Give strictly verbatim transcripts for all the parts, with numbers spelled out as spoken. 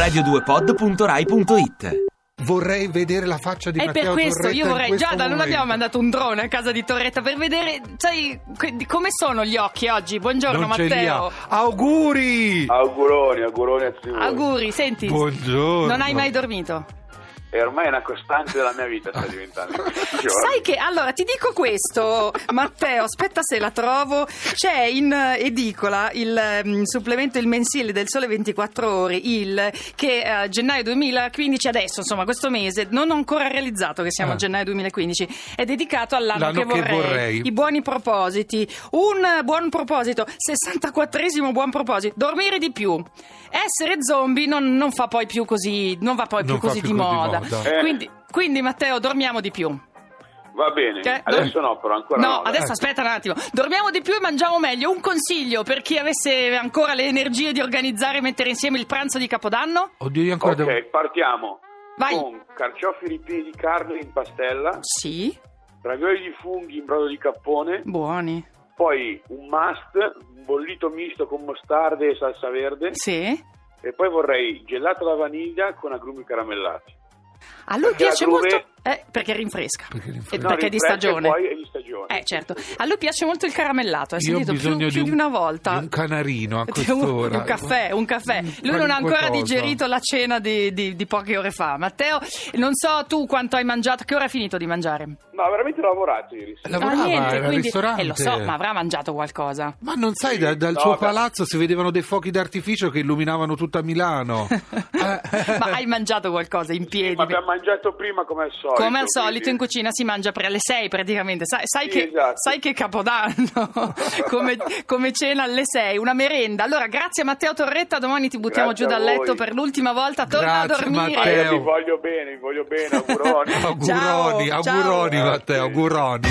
radio due pod punto rai punto it. Vorrei vedere la faccia di E Matteo per questo Torretta io vorrei, in questo Giada, non momento. abbiamo mandato un drone a casa di Torretta per vedere, sai, que- come sono gli occhi oggi. Buongiorno Non ce li ha. Matteo. Auguri! Auguroni, auguroni a tutti voi. Auguri, senti. Buongiorno. Non hai mai dormito? E ormai è una costante della mia vita, sta diventando. Sai che, allora, ti dico questo, Matteo, aspetta se la trovo. C'è in eh, edicola il um, supplemento, il mensile del Sole ventiquattro Ore, il che a gennaio duemilaquindici, adesso, insomma, questo mese, non ho ancora realizzato che siamo Ah. a gennaio duemilaquindici, è dedicato all'anno L'anno che che vorrei, vorrei. i buoni propositi. Un buon proposito, sessantaquattresimo buon proposito, dormire di più. Essere zombie non, non fa poi più così, non va poi Non più fa così più di così di moda. moda. Eh. Quindi, quindi, Matteo, dormiamo di più. Va bene, Che- adesso no, però ancora No, no. dai. adesso aspetta un attimo. Dormiamo di più e mangiamo meglio. Un consiglio per chi avesse ancora le energie di organizzare e mettere insieme il pranzo di Capodanno? Oddio, io ancora Ok, devo... partiamo Vai. con carciofi ripieni di carne in pastella, Sì, ravioli di funghi in brodo di cappone, buoni. poi un must, un bollito misto con mostarde e salsa verde, Sì. e poi vorrei gelato alla vaniglia con agrumi caramellati. A lui Perché piace l'agrume- molto eh, perché rinfresca. Perché rinfresca. E No, perché è di rinfresca stagione. E poi è di stagione. Eh, certo. A lui piace molto il caramellato, hai Io ho sentito più, bisogno più di, di, un, una volta. di un canarino a Di un, quest'ora. un caffè, un caffè. Lui non ha ancora Qualcosa. digerito la cena di, di, di poche ore fa. Matteo, non so tu quanto hai mangiato, che ora hai finito di mangiare? No, veramente ho lavorato ieri sera. Lavorava Ah, niente, al quindi, ristorante. eh, lo so, ma avrà mangiato qualcosa. Ma non sai, da- dal No, suo beh. palazzo si vedevano dei fuochi d'artificio che illuminavano tutta Milano. Ma hai mangiato qualcosa in piedi? Ma abbiamo mangiato prima come al solito. Come al solito quindi- in cucina si mangia per alle sei praticamente. Sai, sai Sì, che, esatto. sai che Capodanno come, come cena alle sei, una merenda. Allora, grazie a Matteo Torretta, domani ti buttiamo Grazie giù a dal letto voi. per l'ultima volta. Torna Grazie, a dormire. Ma io Matteo. vi voglio bene, vi voglio bene, auguroni. auguroni, Ciao, auguroni ciao. Matteo, auguroni.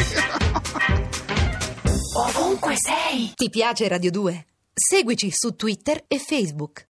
Ovunque sei. Ti piace Radio due? Seguici su Twitter e Facebook.